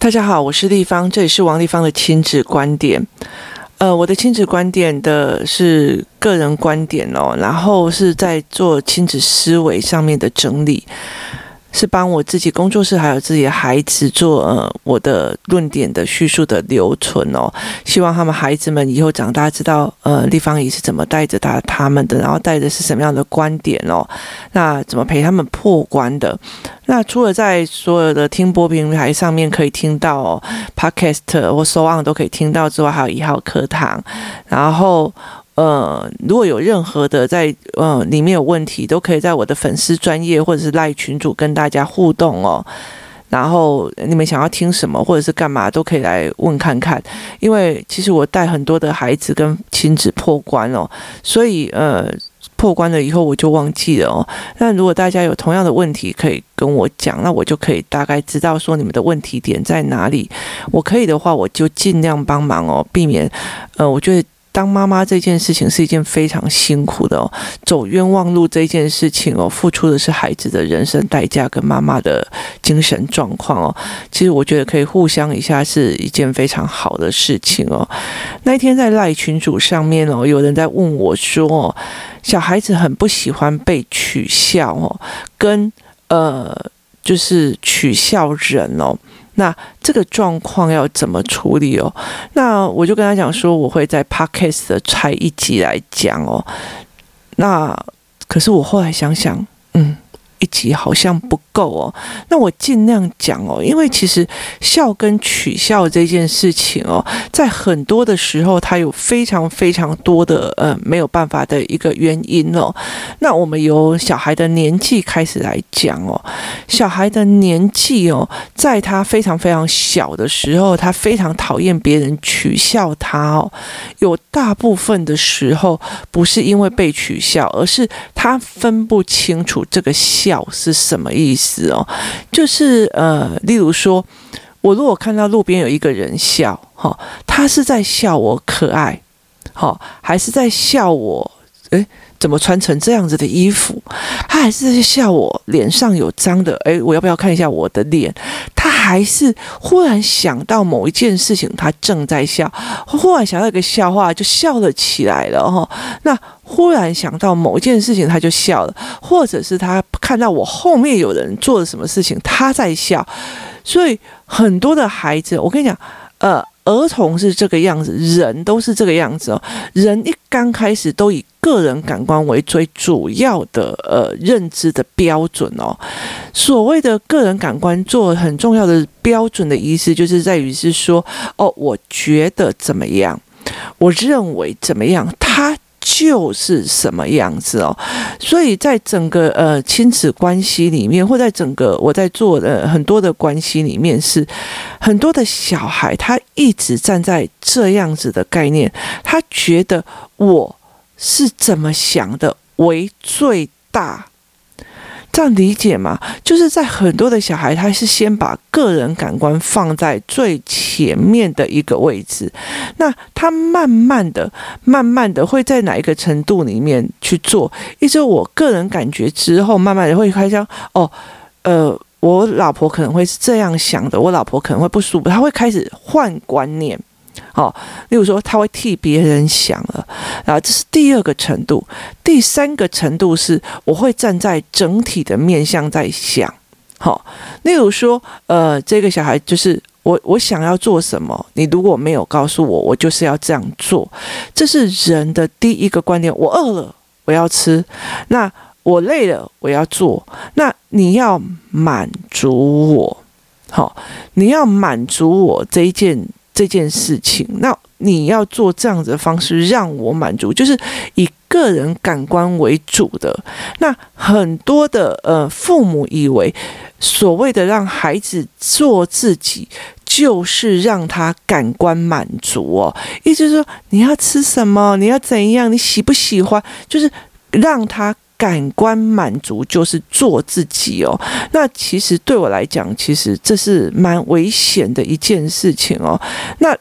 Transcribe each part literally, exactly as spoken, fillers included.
大家好，我是立方，这里是王立方的亲子观点。呃，我的亲子观点的是个人观点哦，然后是在做亲子思维上面的整理，是帮我自己工作室还有自己的孩子做呃我的论点的叙述的留存哦，希望他们孩子们以后长大知道呃立方姨是怎么带着他他们的，然后带的是什么样的观点哦，那怎么陪他们破关的。那除了在所有的听播平台上面可以听到哦 Podcast 或 So On 都可以听到之外，还有一号课堂，然后呃，如果有任何的在呃里面有问题，都可以在我的粉丝专页或者是赖群组跟大家互动哦。然后你们想要听什么或者是干嘛，都可以来问看看。因为其实我带很多的孩子跟亲子破关哦，所以呃破关了以后我就忘记了哦。那如果大家有同样的问题可以跟我讲，那我就可以大概知道说你们的问题点在哪里。我可以的话，我就尽量帮忙哦，避免呃，我觉得。当妈妈这件事情是一件非常辛苦的哦，走冤枉路这件事情哦，付出的是孩子的人生代价跟妈妈的精神状况哦。其实我觉得可以互相一下是一件非常好的事情哦。那一天在赖群组上面哦，有人在问我说哦，小孩子很不喜欢被取笑哦，跟呃就是取笑人哦。那这个状况要怎么处理哦？那我就跟他讲说，我会在 Podcast 的拆一集来讲哦。那可是我后来想想，嗯，一集好像不够哦。那我尽量讲哦，因为其实笑跟取笑这件事情哦，在很多的时候，它有非常非常多的呃没有办法的一个原因哦。那我们由小孩的年纪开始来讲哦，小孩的年纪哦，在他非常非常小的时候，他非常讨厌别人取笑他哦。有大部分的时候不是因为被取笑，而是他分不清楚这个笑是什么意思哦。就是呃，例如说，我如果看到路边有一个人笑，哈，他是在笑我可爱，哈，还是在笑我？诶，怎么穿成这样子的衣服？他还是在笑我脸上有脏的，诶，我要不要看一下我的脸？他还是忽然想到某一件事情，他正在笑，忽然想到一个笑话，就笑了起来了哈。那忽然想到某一件事情，他就笑了，或者是他看到我后面有人做了什么事情，他在笑。所以很多的孩子，我跟你讲，呃。儿童是这个样子，人都是这个样子哦。人一刚开始都以个人感官为最主要的呃认知的标准哦。所谓的个人感官做很重要的标准的意思，就是在于是说，哦，我觉得怎么样，我认为怎么样，他就是什么样子哦。所以在整个呃亲子关系里面，或在整个我在做的很多的关系里面，是很多的小孩他一直站在这样子的概念，他觉得我是怎么想的为最大。这样理解吗？就是在很多的小孩，他是先把个人感官放在最前面的一个位置，那他慢慢的、慢慢的会在哪一个程度里面去做？一直我个人感觉之后，慢慢的会开始哦，呃，我老婆可能会是这样想的，我老婆可能会不舒服，他会开始换观念。哦，例如说他会替别人想了，啊，这是第二个程度。第三个程度是我会站在整体的面向在想。好、哦，例如说，呃，这个小孩就是我，我想要做什么，你如果没有告诉我，我就是要这样做。这是人的第一个观念。我饿了，我要吃；那我累了，我要做。那你要满足我，好、哦，你要满足我这一件。这件事情，那你要做这样子的方式让我满足，就是以个人感官为主的。那很多的呃父母以为所谓的让孩子做自己，就是让他感官满足哦，意思是说你要吃什么，你要怎样，你喜不喜欢，就是让他感官满足，就是做自己哦。那其实对我来讲，其实这是蛮危险的一件事情哦。那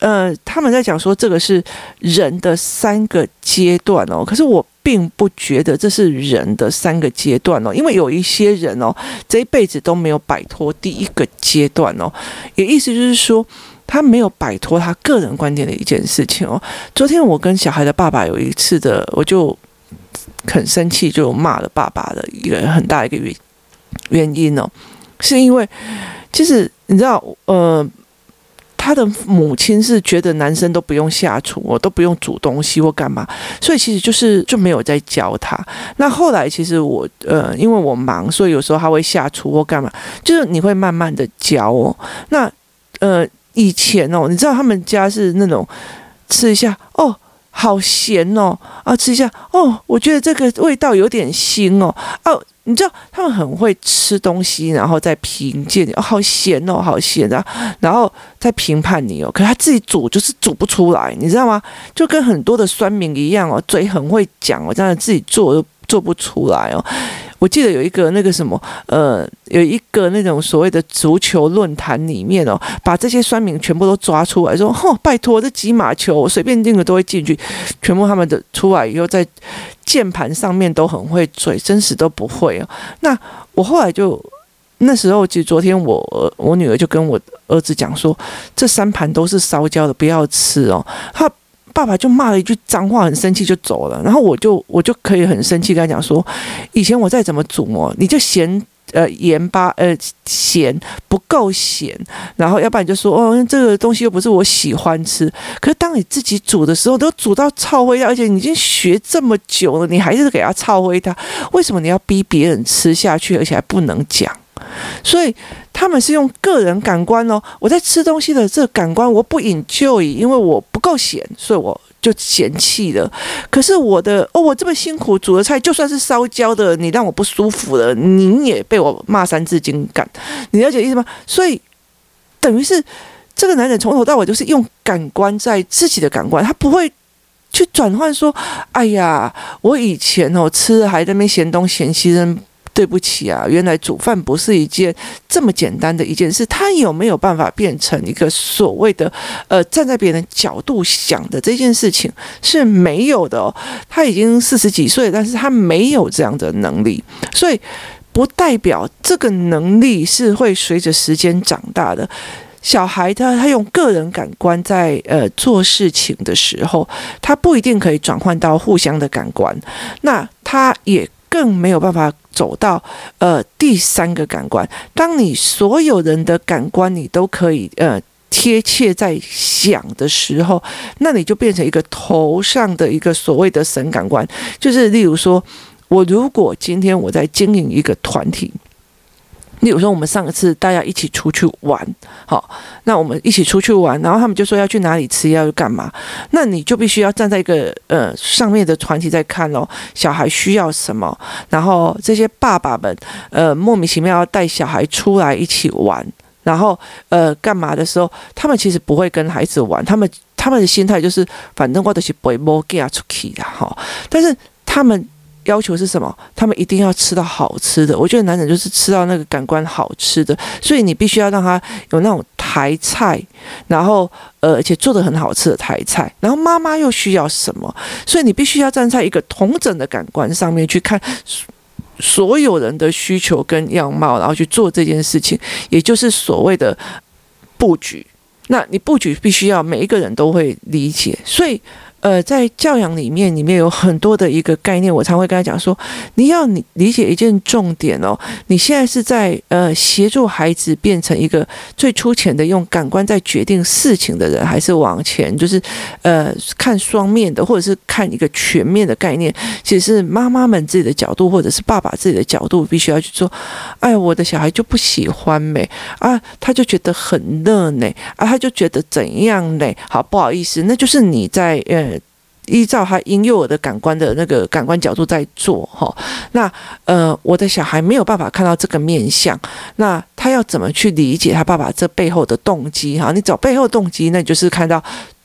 呃，他们在讲说这个是人的三个阶段哦，可是我并不觉得这是人的三个阶段哦，因为有一些人哦，这一辈子都没有摆脱第一个阶段哦，也意思就是说，他没有摆脱他个人观点的一件事情哦。昨天我跟小孩的爸爸有一次的，我就很生气，就骂了爸爸的一个很大的一个原原因哦，是因为其实你知道，呃。他的母亲是觉得男生都不用下厨，我都不用煮东西或干嘛，所以其实就是就没有在教他。那后来其实我呃，因为我忙，所以有时候他会下厨或干嘛，就是你会慢慢的教哦。那呃以前哦，你知道他们家是那种吃一下哦。好咸哦！啊，吃一下哦，我觉得这个味道有点腥哦。哦，你知道他们很会吃东西，然后再评鉴你哦，好咸哦，好咸啊，然后再评判你哦。可是他自己煮就是煮不出来，你知道吗？就跟很多的酸民一样哦，嘴很会讲哦，这样自己做都做不出来哦。我记得有一个那个什么，呃，有一个那种所谓的足球论坛里面哦，把这些酸民全部都抓出来，说：“吼，拜托，这几码球，我随便定个都会进去。”全部他们的出来以后，在键盘上面都很会嘴，真实都不会哦。那我后来就那时候，其实昨天我我女儿就跟我儿子讲说，这三盘都是烧焦的，不要吃哦。他。爸爸就骂了一句脏话，很生气就走了。然后我就我就可以很生气跟他讲说，以前我再怎么煮哦，你就嫌呃盐巴呃咸不够咸，然后要不然你就说哦这个东西又不是我喜欢吃。可是当你自己煮的时候，都煮到臭灰它，而且你已经学这么久了，你还是给它臭灰它，为什么你要逼别人吃下去，而且还不能讲？所以他们是用个人感官哦，我在吃东西的这个感官我不 enjoy， 因为我不够咸，所以我就嫌弃了。可是我的哦，我这么辛苦煮的菜，就算是烧焦的，你让我不舒服了，你也被我骂三字经感，你了解意思吗？所以等于是这个男人从头到尾就是用感官在自己的感官，他不会去转换说，哎呀，我以前哦吃还在那边嫌东嫌西人。对不起啊，原来煮饭不是一件这么简单的一件事。他有没有办法变成一个所谓的呃站在别人角度想的这件事情是没有的哦。他已经四十几岁，但是他没有这样的能力，所以不代表这个能力是会随着时间长大的。小孩他他用个人感官在呃做事情的时候，他不一定可以转换到互相的感官，那他也更没有办法走到呃第三个感官。当你所有人的感官你都可以呃贴切在想的时候，那你就变成一个头上的一个所谓的神感官。就是例如说，我如果今天我在经营一个团体。例如说，我们上一次大家一起出去玩，好，那我们一起出去玩，然后他们就说要去哪里吃，要去干嘛，那你就必须要站在一个呃上面的团体在看咯，小孩需要什么，然后这些爸爸们呃莫名其妙要带小孩出来一起玩，然后呃干嘛的时候，他们其实不会跟孩子玩，他们他们的心态就是反正我就是不会摸给他出去的哈，但是他们。要求是什么？他们一定要吃到好吃的。我觉得男人就是吃到那个感官好吃的，所以你必须要让他有那种台菜，然后呃，而且做得很好吃的台菜。然后妈妈又需要什么？所以你必须要站在一个同整的感官上面去看所有人的需求跟样貌，然后去做这件事情，也就是所谓的布局。那你布局必须要每一个人都会理解，所以。呃，在教养里面，里面有很多的一个概念，我常会跟他讲说，你要你理解一件重点哦，你现在是在呃协助孩子变成一个最粗浅的用感官在决定事情的人，还是往前就是呃看双面的，或者是看一个全面的概念。其实是妈妈们自己的角度，或者是爸爸自己的角度，必须要去做。哎，我的小孩就不喜欢美啊，他就觉得很热呢，啊，他就觉得怎样呢？好，不好意思，那就是你在呃。依照他婴幼儿的感官的那个感官角度在做哈，那呃我的小孩没有办法看到这个面向，那他要怎么去理解他爸爸这背后的动机哈？你找背后动机，那就是看到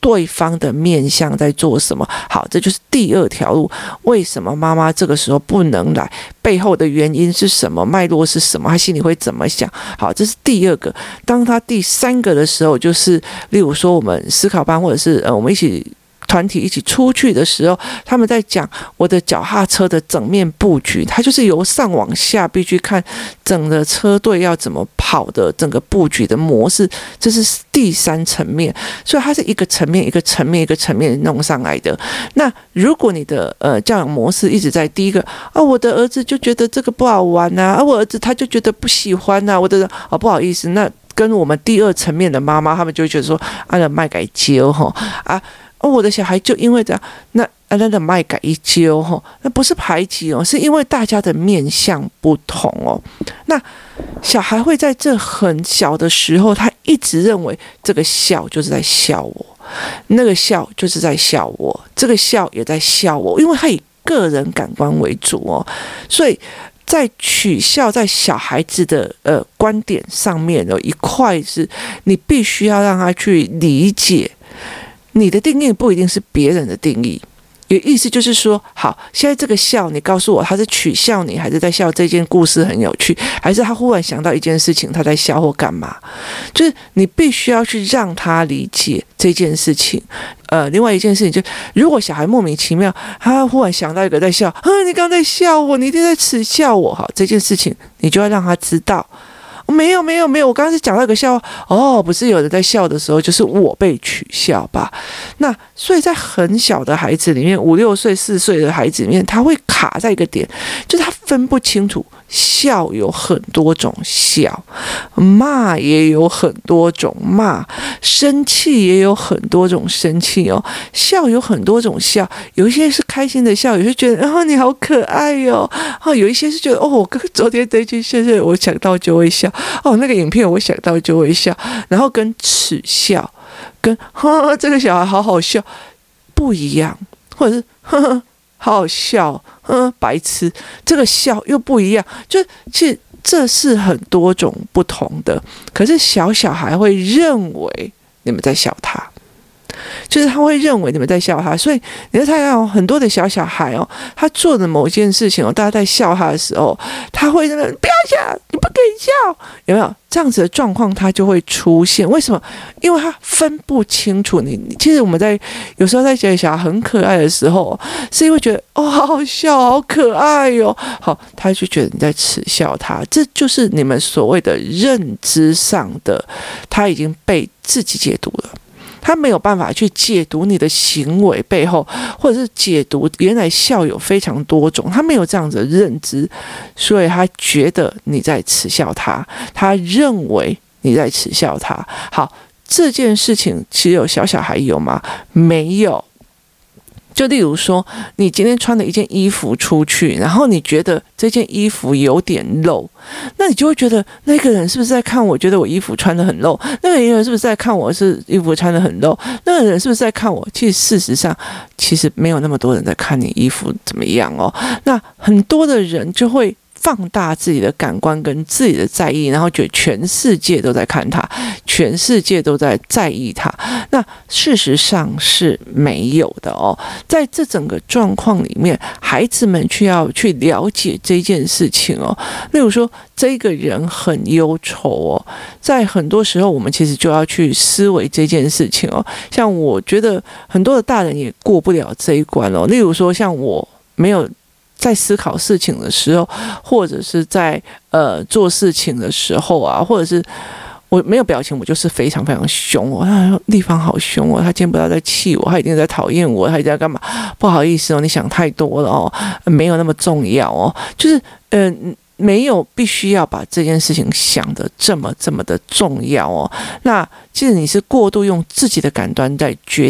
对方的面向在做什么。好，这就是第二条路。为什么妈妈这个时候不能来？背后的原因是什么？脉络是什么？他心里会怎么想？好，这是第二个。当他第三个的时候，就是例如说我们思考班，或者是呃我们一起团体一起出去的时候，他们在讲我的脚踏车的整面布局，它就是由上往下必须看整个车队要怎么跑的整个布局的模式，这是第三层面。所以它是一个层面一个层面一个层面弄上来的。那如果你的呃教养模式一直在第一个啊，我的儿子就觉得这个不好玩啊，啊我儿子他就觉得不喜欢啊，我的啊不好意思，那跟我们第二层面的妈妈，他们就会觉得说啊那卖改揪吼啊。哦，我的小孩就因为这样，那啊那个麦改一揪吼，那不是排挤哦，是因为大家的面向不同哦。那小孩会在这很小的时候，他一直认为这个笑就是在笑我，那个笑就是在笑我，这个笑也在笑我，因为他以个人感官为主哦，所以在取笑在小孩子的呃观点上面有一块是你必须要让他去理解。你的定义不一定是别人的定义，有意思就是说，好，现在这个笑，你告诉我他是取笑你，还是在笑这件故事很有趣，还是他忽然想到一件事情，他在笑或干嘛？就是你必须要去让他理解这件事情。呃，另外一件事情就，如果小孩莫名其妙，他忽然想到一个在笑，嗯，你刚才在笑我，你一定在耻笑我，好，这件事情你就要让他知道。没有没有没有，我刚刚是讲到一个笑话哦，不是有人在笑的时候，就是我被取笑吧？那所以在很小的孩子里面，五六岁、四岁的孩子里面，他会卡在一个点，就是他分不清楚笑有很多种笑，骂也有很多种骂，生气也有很多种生气哦，笑有很多种笑，有一些是开心的笑，有些觉得哦你好可爱哟、哦，有一些是觉得哦我昨天这句谢谢我想到就会笑。哦，那个影片我想到就会笑，然后跟耻笑，跟呵这个小孩好好笑不一样，或者是呵呵好好笑，呵白痴，这个笑又不一样，就其实这是很多种不同的，可是小小孩会认为你们在笑他。就是他会认为你们在笑他，所以你在看到、哦、很多的小小孩哦，他做的某件事情哦，大家在笑他的时候，他会那个不要笑，你不可以笑，有没有这样子的状况？他就会出现。为什么？因为他分不清楚你。其实我们在有时候在觉得小孩很可爱的时候，是因为觉得哦好好笑，好可爱哟、哦，好，他就觉得你在耻笑他。这就是你们所谓的认知上的，他已经被自己解读了。他没有办法去解读你的行为背后，或者是解读原来笑有非常多种，他没有这样子的认知，所以他觉得你在耻笑他，他认为你在耻笑他。好，这件事情其实有小小孩有吗？没有。就例如说，你今天穿了一件衣服出去，然后你觉得这件衣服有点露，那你就会觉得那个人是不是在看我？觉得我衣服穿得很露，那个人是不是在看我是衣服穿得很露？那个人是不是在看我？其实事实上，其实没有那么多人在看你衣服怎么样哦。那很多的人就会放大自己的感官跟自己的在意，然后觉得全世界都在看他，全世界都在在意他。那事实上是没有的哦。在这整个状况里面，孩子们需要去了解这件事情哦。例如说，这个人很忧愁哦，在很多时候我们其实就要去思维这件事情哦。像我觉得很多的大人也过不了这一关哦。例如说，像我没有在思考事情的时候，或者是在呃做事情的时候啊，或者是我没有表情，我就是非常非常凶哦。他地方好凶哦，他今天不知道在气我，他一定在讨厌我，他一定在干嘛？不好意思哦，你想太多了哦，没有那么重要哦。就是嗯、呃，没有必须要把这件事情想得这么这么的重要哦。那其实你是过度用自己的感官在决定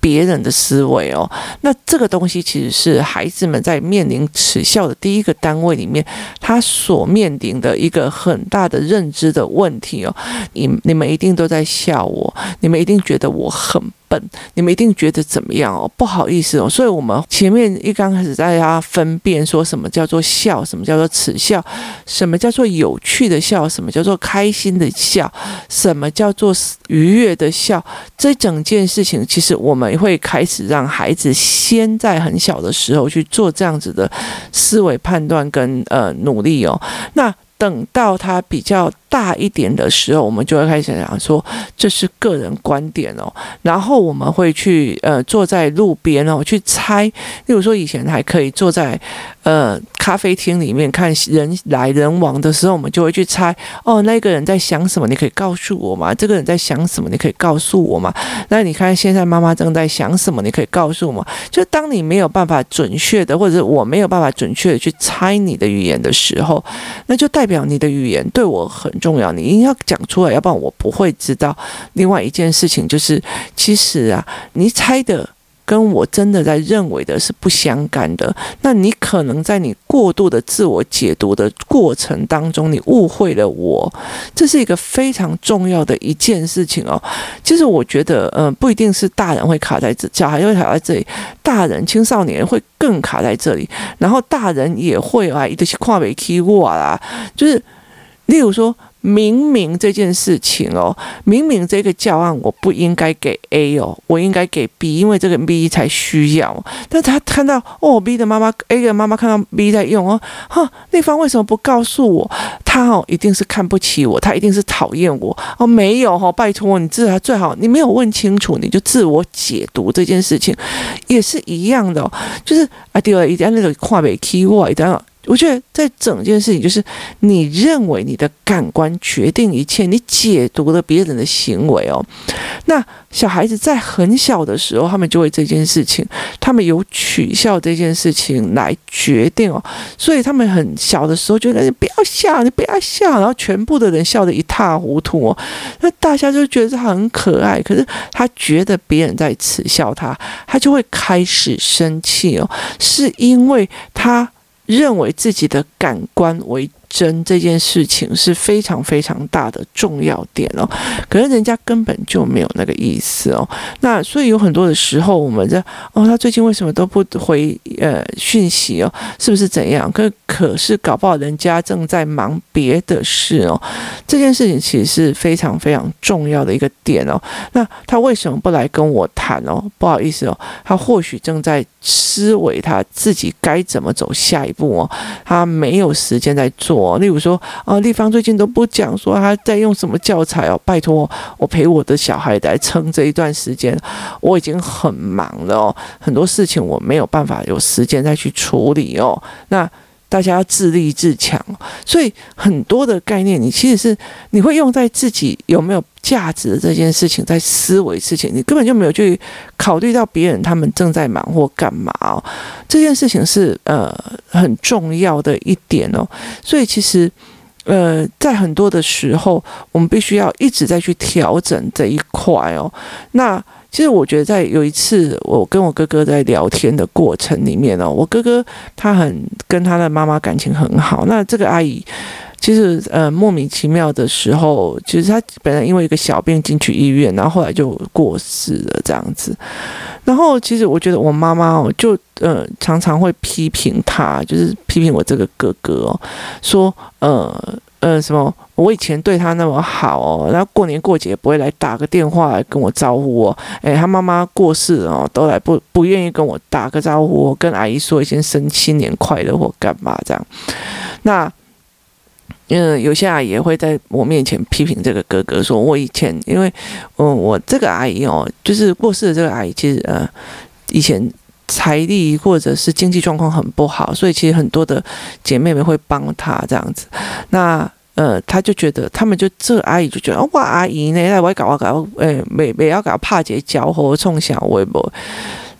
别人的思维哦。那这个东西其实是孩子们在面临耻笑的第一个单位里面，他所面临的一个很大的认知的问题哦。你你们一定都在笑我，你们一定觉得我很笨，你们一定觉得怎么样哦？不好意思哦。所以我们前面一刚开始大家分辨说什么叫做笑，什么叫做耻笑，什么叫做有趣的笑，什么叫做开心的笑，什么叫做愉悦的笑，这整件事情其实我们会开始让孩子先在很小的时候去做这样子的思维判断跟呃努力哦。那等到他比较大一点的时候，我们就会开始讲说这是个人观点哦，然后我们会去呃坐在路边哦去猜，例如说以前还可以坐在呃咖啡厅里面看人来人往的时候，我们就会去猜哦那个人在想什么，你可以告诉我吗？这个人在想什么，你可以告诉我吗？那你看现在妈妈正在想什么，你可以告诉我吗？就当你没有办法准确的，或者我没有办法准确的去猜你的语言的时候，那就代表你的语言对我很重要，你一定要讲出来，要不然我不会知道。另外一件事情就是，其实啊，你猜的跟我真的在认为的是不相干的。那你可能在你过度的自我解读的过程当中，你误会了我，这是一个非常重要的一件事情哦。其实我觉得，嗯、呃，不一定是大人会卡在这，小孩会卡在这里，大人、青少年会更卡在这里，然后大人也会啊，一直去跨北 key 我啦，就是。例如说，明明这件事情哦，明明这个教案我不应该给 A 哦，我应该给 B， 因为这个 B 才需要。但他看到哦 B 的妈妈 A 的妈妈看到 B 在用哦，哈，那方为什么不告诉我？他哦一定是看不起我，他一定是讨厌我哦。没有哈、哦，拜托你至少最好你没有问清楚，你就自我解读这件事情也是一样的、哦，就是啊对了，一定要那个跨北 key 我一定要。我觉得在整件事情，就是你认为你的感官决定一切，你解读了别人的行为哦。那小孩子在很小的时候，他们就会这件事情，他们有取笑这件事情来决定哦。所以他们很小的时候觉得你不要笑，你不要笑，然后全部的人笑得一塌糊涂哦。那大家就觉得他很可爱，可是他觉得别人在耻笑他，他就会开始生气哦，是因为他。认为自己的感官为真这件事情是非常非常大的重要点哦，可是人家根本就没有那个意思哦。那所以有很多的时候，我们在哦，他最近为什么都不回呃讯息哦？是不是怎样？可可是搞不好人家正在忙别的事哦。这件事情其实是非常非常重要的一个点哦。那他为什么不来跟我谈哦？不好意思哦，他或许正在思维他自己该怎么走下一步哦，他没有时间在做。例如说，呃，立方最近都不讲说他在用什么教材哦，拜托我陪我的小孩来撑这一段时间，我已经很忙了哦，很多事情我没有办法有时间再去处理哦。那大家要自立自强，所以很多的概念，你其实是你会用在自己有没有价值的这件事情，在思维事情，你根本就没有去考虑到别人他们正在忙或干嘛哦。这件事情是呃很重要的一点哦，所以其实呃在很多的时候，我们必须要一直在去调整这一块哦。那其实我觉得在有一次我跟我哥哥在聊天的过程里面哦，我哥哥他很跟他的妈妈感情很好，那这个阿姨其实呃莫名其妙的时候，其实他本来因为一个小病进去医院，然后后来就过世了这样子。然后其实我觉得我妈妈哦，就呃常常会批评他，就是批评我这个哥哥哦，说呃呃什么我以前对他那么好哦，然后过年过节不会来打个电话来跟我招呼哦，哎他妈妈过世了哦，都来不不愿意跟我打个招呼，跟阿姨说一声生新年快乐或干嘛这样。那嗯，有些阿姨也会在我面前批评这个哥哥，说我以前因为嗯我这个阿姨哦，就是过世的这个阿姨，其实呃以前财力或者是经济状况很不好，所以其实很多的姐妹们会帮她这样子。那呃，他就觉得他们就这阿姨就觉得哇，阿姨呢来我搞我搞，诶，没没要搞怕节交和冲小微博。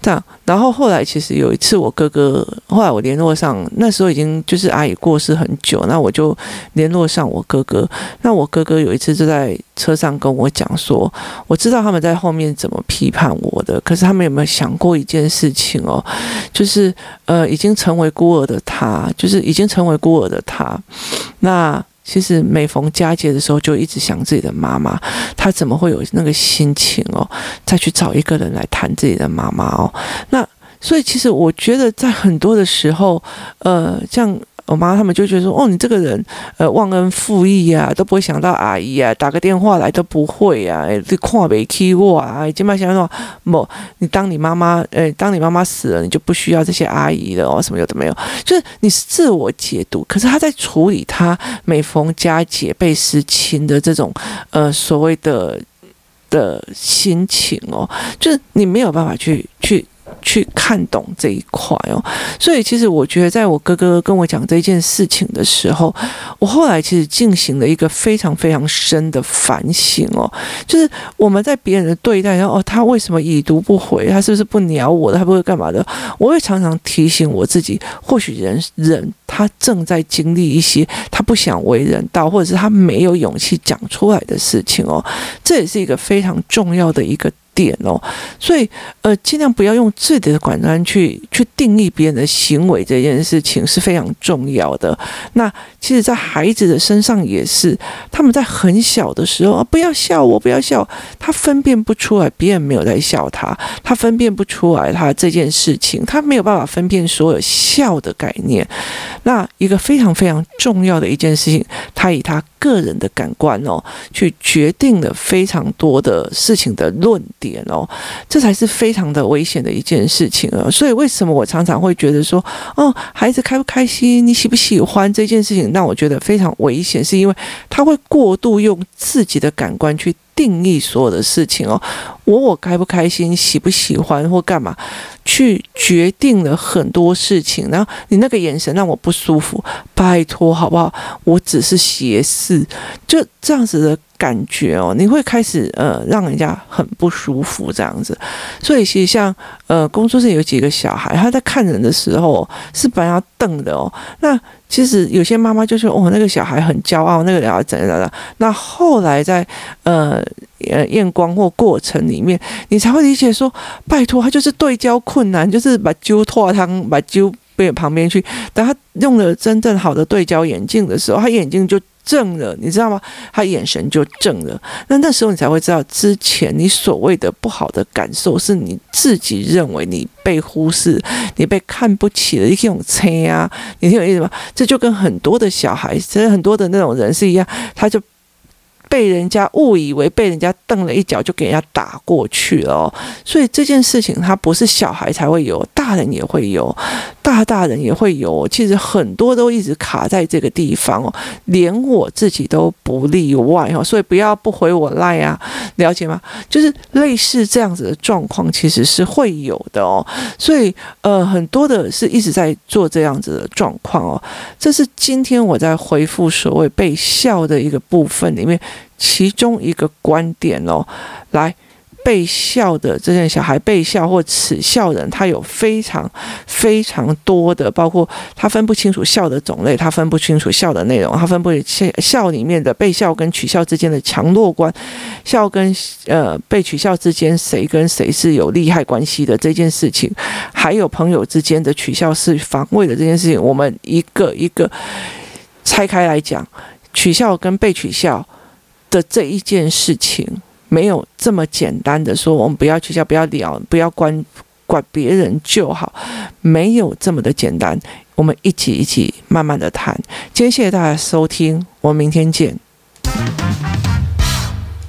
这样。然后后来其实有一次我哥哥，后来我联络上，那时候已经就是阿姨过世很久，那我就联络上我哥哥。那我哥哥有一次就在车上跟我讲说，我知道他们在后面怎么批判我的，可是他们有没有想过一件事情哦，就是呃已经成为孤儿的他，就是已经成为孤儿的他，那其实每逢佳节的时候就一直想自己的妈妈，他怎么会有那个心情哦，再去找一个人来谈自己的妈妈哦？那所以其实我觉得在很多的时候，呃，像我妈他们就觉得说，哦，你这个人呃忘恩负义啊，都不会想到阿姨啊，打个电话来都不会啊，你看不起我啊，今麦想说，某你当你妈妈，呃，当你妈妈死了，你就不需要这些阿姨了哦，什么有的没有，就是你是自我解读。可是他在处理他每逢佳节被思亲的这种呃所谓的的心情哦，就是你没有办法去去。去看懂这一块哦，所以其实我觉得，在我哥哥跟我讲这件事情的时候，我后来其实进行了一个非常非常深的反省哦，就是我们在别人的对待，然后哦，他为什么已读不回？他是不是不鸟我的？他不会干嘛的？我会常常提醒我自己，或许人人他正在经历一些他不想为人道，或者是他没有勇气讲出来的事情哦，这也是一个非常重要的一个点哦，所以呃，尽量不要用自己的感官去去定义别人的行为，这件事情是非常重要的。那其实，在孩子的身上也是，他们在很小的时候啊，不要笑我，不要笑，他分辨不出来别人没有在笑他，他分辨不出来他这件事情，他没有办法分辨所有笑的概念。那一个非常非常重要的一件事情，他以他个人的感官哦，去决定了非常多的事情的论点哦，这才是非常的危险的一件事情啊！所以为什么我常常会觉得说，哦，孩子开不开心，你喜不喜欢这件事情，让我觉得非常危险，是因为他会过度用自己的感官去定义所有的事情哦，我我开不开心，喜不喜欢或干嘛，去决定了很多事情。然后你那个眼神让我不舒服，拜托好不好？我只是斜视，就这样子的感觉哦，你会开始呃让人家很不舒服这样子。所以其实像呃工作室有几个小孩，他在看人的时候是把他瞪的哦，那其实有些妈妈就说哦，那个小孩很骄傲，那个小孩怎样怎样。那后来在呃呃验光或过程里面，你才会理解说，拜托，他就是对焦困难，就是把揪拖汤，把揪背旁边去。等他用了真正好的对焦眼镜的时候，他眼睛就正了，你知道吗？他眼神就正了。那那时候你才会知道，之前你所谓的不好的感受，是你自己认为你被忽视，你被看不起的一种车啊，你听我意思吗？这就跟很多的小孩，其实很多的那种人是一样，他就被人家误以为被人家瞪了一脚就给人家打过去了哦。所以这件事情它不是小孩才会有，大人也会有，大大人也会有，其实很多都一直卡在这个地方哦，连我自己都不例外哦。所以不要不回我赖啊，了解吗？就是类似这样子的状况其实是会有的哦。所以呃，很多的是一直在做这样子的状况哦。这是今天我在回复所谓被笑的一个部分里面其中一个观点哦。来，被笑的这些小孩，被笑或耻笑人，他有非常非常多的，包括他分不清楚笑的种类，他分不清楚笑的内容，他分不清笑里面的被笑跟取笑之间的强弱关，笑跟呃被取笑之间谁跟谁是有利害关系的这件事情，还有朋友之间的取笑是防卫的这件事情，我们一个一个拆开来讲，取笑跟被取笑的这一件事情。没有这么简单的说，我们不要取笑，不要聊，不要管管别人就好，没有这么的简单。我们一起一起慢慢的谈。今天谢谢大家收听，我们明天见。